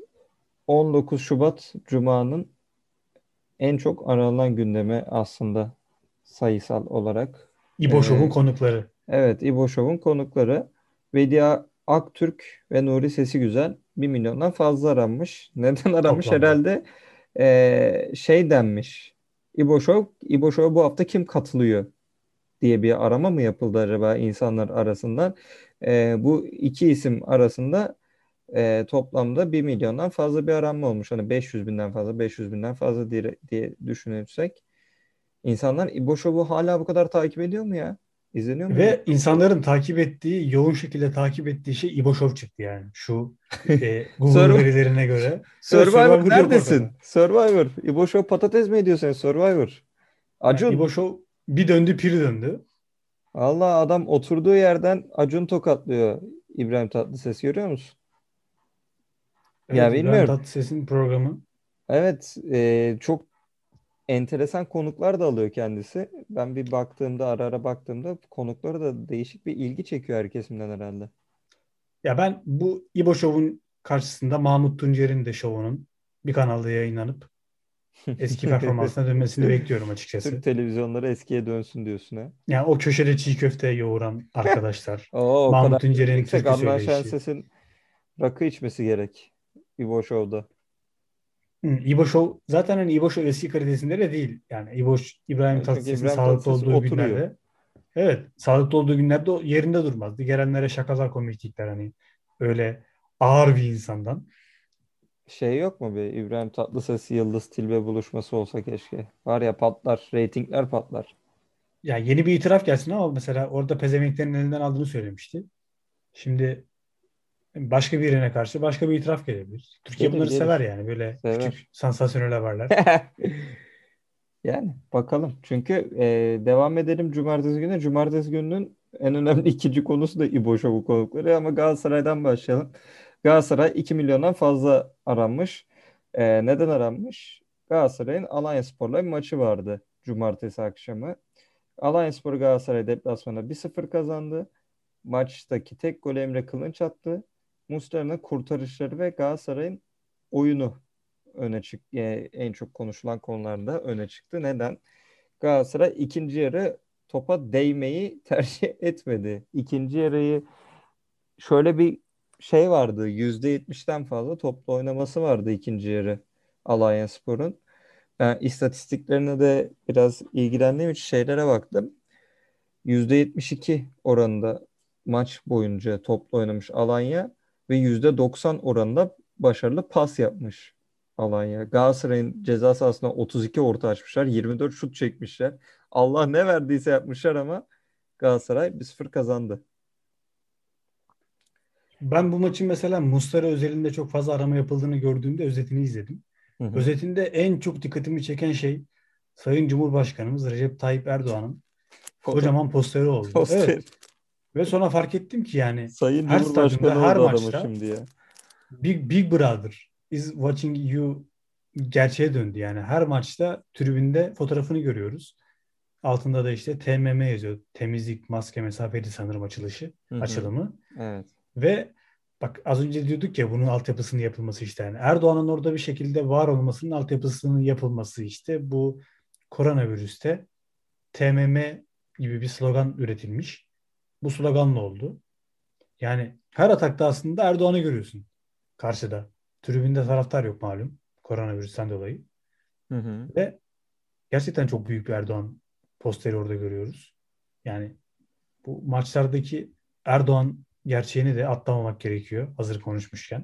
19 Şubat Cuma'nın en çok aranan gündemi aslında sayısal olarak. İboşov'un Ee, konukları. evet, İbo Show'un konukları Vedi Aktürk ve Nuri Sesi Güzel 1 milyondan fazla aranmış. Neden aranmış? Toplamda. Herhalde şey denmiş. İbo Show'a bu hafta kim katılıyor diye bir arama mı yapıldı acaba insanlar arasından? Bu iki isim arasında toplamda 1 milyondan fazla bir aranma olmuş. Hani 500 binden fazla, 500 binden fazla diye düşünürsek. İnsanlar İbo Show'u hala bu kadar takip ediyor mu ya? İzleniyor mu İbo Ve Show? insanların yoğun şekilde takip ettiği şey İboşov çıktı yani. Şu Google Survivor, verilerine göre. Evet Survivor Survivor yok neredesin? ortada. Survivor. İbo Show patates mi ediyorsun Survivor? Yani Acun. İboşov bir döndü piri döndü. Allah, adam oturduğu yerden Acun tokatlıyor. İbrahim Tatlıses, görüyor musun? Ya Evet İbrahim bilmiyorum. Tatlıses'in programı. Evet, çok enteresan konuklar da alıyor kendisi. Ben bir baktığımda, ara ara baktığımda konukları da değişik bir ilgi çekiyor her kesimden herhalde. Ya ben bu İbo Show'un karşısında Mahmut Tuncer'in de şovunun bir kanalda yayınlanıp Eski performansına dönmesini bekliyorum açıkçası. Türk televizyonları eskiye dönsün diyorsun ha. Yani o köşede çiğ köfte yoğuran arkadaşlar. Oo, o kadar Mahmut Tuncer'in gideceksek türkü Adnan söyleyişi. Şenses'in rakı içmesi gerek. İbo Show'da. İbo Show zaten hani İbo Show eski kalitesinde de değil. Yani İbrahim Yani çünkü Tatlıses'in İbrahim sağlıklı Tatlıses olduğu oturuyor. günlerde, evet, sağlıklı olduğu günlerde o yerinde durmazdı. Gelenlere şakalar, komiklikler, hani öyle ağır bir insandan. Şey yok mu be? İbrahim Tatlıses Yıldız Tilbe buluşması olsa keşke. Var ya patlar. Reytingler patlar. Ya yeni bir itiraf gelsin ama mesela orada pezevenklerin elinden aldığını söylemişti. Şimdi başka birine karşı başka bir itiraf gelebilir. Türkiye Gelir bunları sever gelir. yani, böyle Sever. küçük sansasyonel haberler. Yani bakalım. Çünkü devam edelim cumartesi günü. Cumartesi gününün en önemli ikinci konusu da İbo Show konukları ama Galatasaray'dan başlayalım. Galatasaray 2 milyondan fazla aranmış. Neden aranmış? Galatasaray'ın Alanyaspor'la bir maçı vardı cumartesi akşamı. Alanyaspor Galatasaray deplasmanında 1-0 kazandı. Maçtaki tek golü Emre Kılınç attı. Muslera'nın kurtarışları ve Galatasaray'ın oyunu en çok konuşulan konularda öne çıktı. Neden? Galatasaray ikinci yarı topa değmeyi tercih etmedi. İkinci yarıyı şöyle bir şey vardı. %70'ten fazla toplu oynaması vardı ikinci yarı Alanyaspor'un. Ben istatistiklerine de biraz ilgilendiğim için şeylere baktım. %72 oranında maç boyunca toplu oynamış Alanya ve %90 oranında başarılı pas yapmış Alanya. Galatasaray'ın ceza sahasına 32 orta açmışlar, 24 şut çekmişler. Allah ne verdiyse yapmışlar ama Galatasaray 1-0 kazandı. Ben bu maçın mesela Muslera özelinde çok fazla arama yapıldığını gördüğümde özetini izledim. Hı hı. Özetinde en çok dikkatimi çeken şey Sayın Cumhurbaşkanımız Recep Tayyip Erdoğan'ın Foto kocaman posteri oldu. poster. Evet. Ve sonra fark ettim ki yani Sayın her Cumhurbaşkanı stadyumda, her oldu adamın maçta şimdi ya. Big Brother is watching you gerçeğe döndü. Yani her maçta tribünde fotoğrafını görüyoruz. Altında da işte TMM yazıyor. Temizlik, maske, mesafeli sanırım Hı hı. açılımı. Evet. Ve bak az önce diyorduk ya bunun altyapısının yapılması işte. Yani Erdoğan'ın orada bir şekilde var olmasının altyapısının yapılması işte. Bu koronavirüste TMM gibi bir slogan üretilmiş. Bu sloganla oldu. Yani her atakta aslında Erdoğan'ı görüyorsun karşıda. Tribünde taraftar yok malum koronavirüsten dolayı. Hı hı. Ve gerçekten çok büyük bir Erdoğan posteri orada görüyoruz. Yani bu maçlardaki Erdoğan gerçeğini de atlamamak gerekiyor hazır konuşmuşken.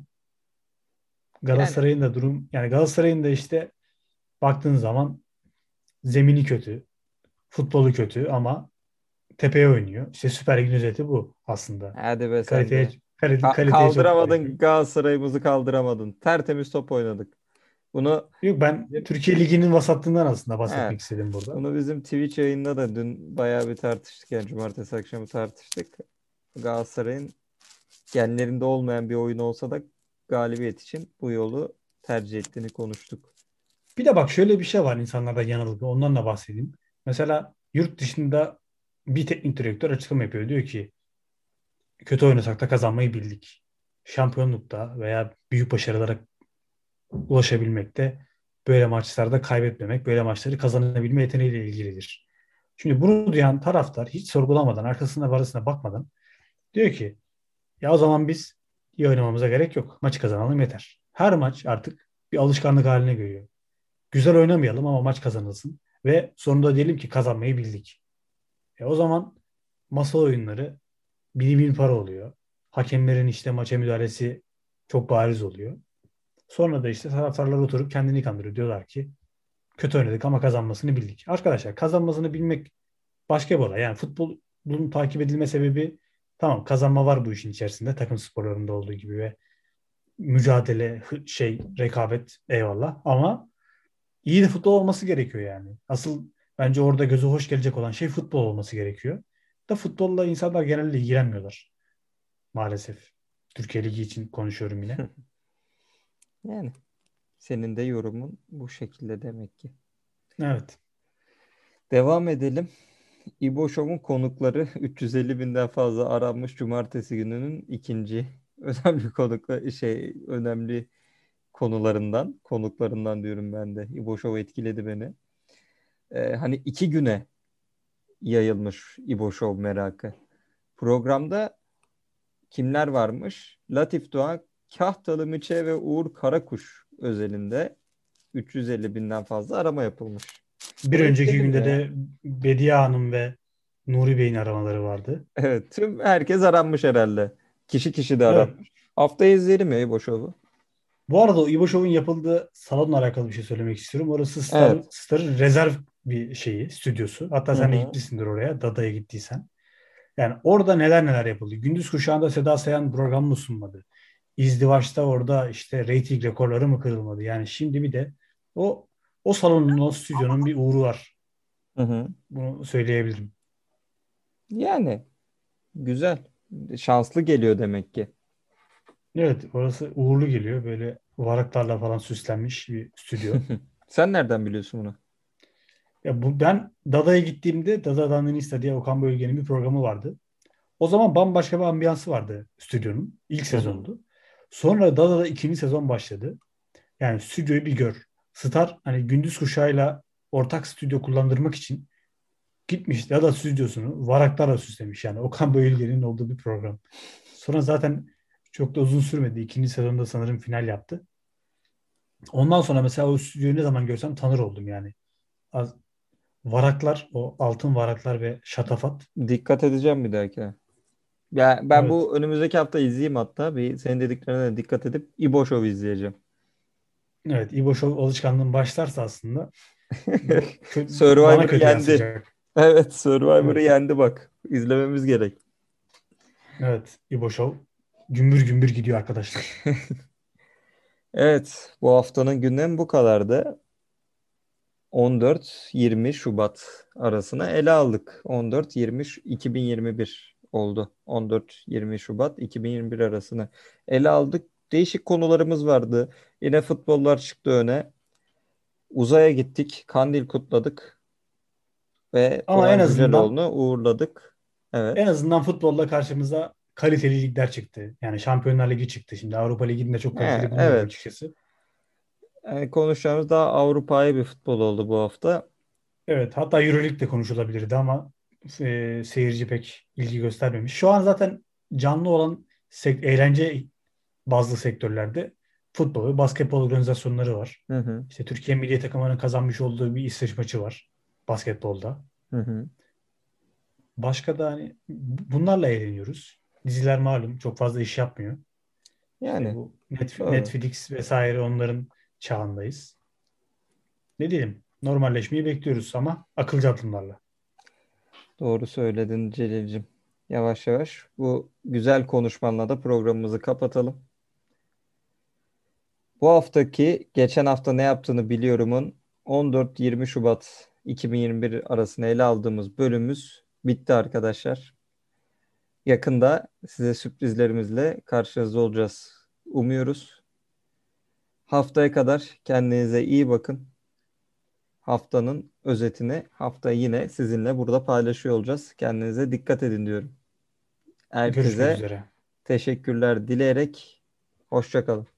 Yani Galatasaray'ın da durum, yani Galatasaray'ın da işte baktığın zaman zemini kötü, futbolu kötü ama tepeye oynuyor. İşte Süper Lig'in özeti bu aslında. hadi be sen Kaliteye, de. kaliteye çok bağlı. Kaldıramadın Galatasaray'ımızı kaldıramadın. Tertemiz top oynadık. Bunu Yok, ben bizim, Türkiye Ligi'nin vasatlığından aslında he, bahsetmek istedim burada. bunu bizim Twitch yayında da dün bayağı bir tartıştık. Yani cumartesi akşamı tartıştık. Galatasaray'ın genlerinde olmayan bir oyun olsa da galibiyet için bu yolu tercih ettiğini konuştuk. Bir de bak şöyle bir şey var insanlarda yanılgı. Ondan da bahsedeyim. Mesela yurt dışında bir teknik direktör açıklama yapıyor. Diyor ki kötü oynasak da kazanmayı bildik. Şampiyonlukta veya büyük başarılara ulaşabilmekte böyle maçlarda kaybetmemek, böyle maçları kazanabilme yeteneğiyle ilgilidir. Şimdi bunu duyan taraftar hiç sorgulamadan, arkasına varısına bakmadan diyor ki ya o zaman biz iyi oynamamıza gerek yok. Maçı kazanalım yeter. Her maç artık bir alışkanlık haline geliyor. Güzel oynamayalım ama maç kazanılsın. Ve sonunda diyelim ki kazanmayı bildik. O zaman masa oyunları bin bin para oluyor. Hakemlerin işte maça müdahalesi çok bariz oluyor. Sonra da işte taraftarlar oturup kendini kandırıyor. Diyorlar ki kötü oynadık ama kazanmasını bildik. Arkadaşlar kazanmasını bilmek başka bir olay. Yani futbolun takip edilme sebebi, tamam, kazanma var bu işin içerisinde. Takım sporlarında olduğu gibi ve mücadele, rekabet, eyvallah. Ama iyi de futbol olması gerekiyor yani. Asıl bence orada göze hoş gelecek olan şey futbol olması gerekiyor. Da futbolla insanlar genelde ilgilenmiyorlar maalesef. Türkiye Ligi için konuşuyorum yine. Yani senin de yorumun bu şekilde demek ki. Evet. Devam edelim. İbo Show'un konukları 350 binden fazla aranmış cumartesi gününün ikinci önemli konuklarından diyorum ben de. İbo Show etkiledi beni. Hani 2 güne yayılmış İbo Show merakı. Programda kimler varmış? Latif Doğan, Kahtalı Miçe ve Uğur Karakuş özelinde 350 binden fazla arama yapılmış. Bir Bunu önceki izledim günde ya. de Bediye Hanım ve Nuri Bey'in aramaları vardı. Evet, tüm herkes aranmış herhalde. Kişi kişi de Evet. aranmış. Haftaya izleyelim ya İbo Show'u. Bu arada o İbo Show'un yapıldığı salonla alakalı bir şey söylemek istiyorum. Orası Evet. Star'ın rezerv bir stüdyosu. Hatta Hı sen de hı. gitmişsindir oraya, Dada'ya gittiysen. Yani orada neler neler yapıldı. Gündüz kuşağında Seda Sayan programı mı sunmadı? İzdivaç'ta orada işte reyting rekorları mı kırılmadı? Yani şimdi bir de o o salonun, o stüdyonun bir uğru var. Hı hı. Bunu söyleyebilirim. Yani güzel. Şanslı geliyor demek ki. Evet, orası uğurlu geliyor. Böyle varaklarla falan süslenmiş bir stüdyo. Sen nereden biliyorsun bunu? Ya ben Dada'ya gittiğimde Dada Danilista diye Okan Bölge'nin bir programı vardı. O zaman bambaşka bir ambiyansı vardı stüdyonun. İlk Hı hı. sezondu. Sonra Dada'da ikinci sezon başladı. Yani stüdyoyu bir gör. Star hani gündüz kuşağıyla ortak stüdyo kullandırmak için gitmiş Dada stüdyosunu varaklarla süslemiş. Yani Okan Bayülgen'in olduğu bir program. Sonra zaten çok da uzun sürmedi. İkinci sezonda sanırım final yaptı. Ondan sonra mesela o stüdyoyu ne zaman görsem tanır oldum yani. Az, varaklar, o altın varaklar ve şatafat. Dikkat edeceğim bir dahakine. Ya ben Evet. bu önümüzdeki hafta izleyeyim hatta. Bir senin dediklerine de dikkat edip İbo Show izleyeceğim. Evet. İbo Show alışkanlığın başlarsa aslında bu bana Survivor'ı kötü yendi. yansıyacak. Evet, Survivor'ı Evet. yendi bak. İzlememiz gerek. Evet. İbo Show gümbür gümbür gidiyor arkadaşlar. Evet, bu haftanın gündemi bu kadardı. 14-20 Şubat arasına ele aldık. 14-20 2021 oldu. 14-20 Şubat 2021 arasını ele aldık. Değişik konularımız vardı. Yine futbollar çıktı öne. Uzaya gittik. Kandil kutladık ve Ama Doğan Cüceloğlu'nu uğurladık. en Evet. azından futbolda karşımıza kaliteli ligler çıktı. Yani Şampiyonlar Ligi çıktı. Şimdi Avrupa Ligi'ni de çok kaliteli bulmuyorum Evet. açıkçası. Yani konuşacağımız daha Avrupa'yı bir futbol oldu bu hafta. Evet, hatta Euroleague de konuşulabilirdi ama seyirci pek ilgi göstermemiş. Şu an zaten canlı olan eğlence bazı sektörlerde futbol ve basketbol organizasyonları var. Hı hı. İşte Türkiye milli takımının kazanmış olduğu bir İsveç maçı var basketbolda. Hı hı. Başka da hani bunlarla eğleniyoruz. Diziler malum çok fazla iş yapmıyor. İşte Yani bu doğru. Netflix vesaire onların çağındayız. Ne diyelim? Normalleşmeyi bekliyoruz ama akılcı adımlarla. Doğru söyledin Celil'cim. Yavaş yavaş bu güzel konuşmanla da programımızı kapatalım. Bu haftaki geçen hafta ne yaptığını biliyorumun 14-20 Şubat 2021 arasında ele aldığımız bölümümüz bitti arkadaşlar. Yakında size sürprizlerimizle karşınızda olacağız. Umuyoruz. Haftaya kadar kendinize iyi bakın. Haftanın özetini haftaya yine sizinle burada paylaşıyor olacağız. Kendinize dikkat edin diyorum. Görüşmek Herkese üzere. teşekkürler dileyerek hoşça kalın.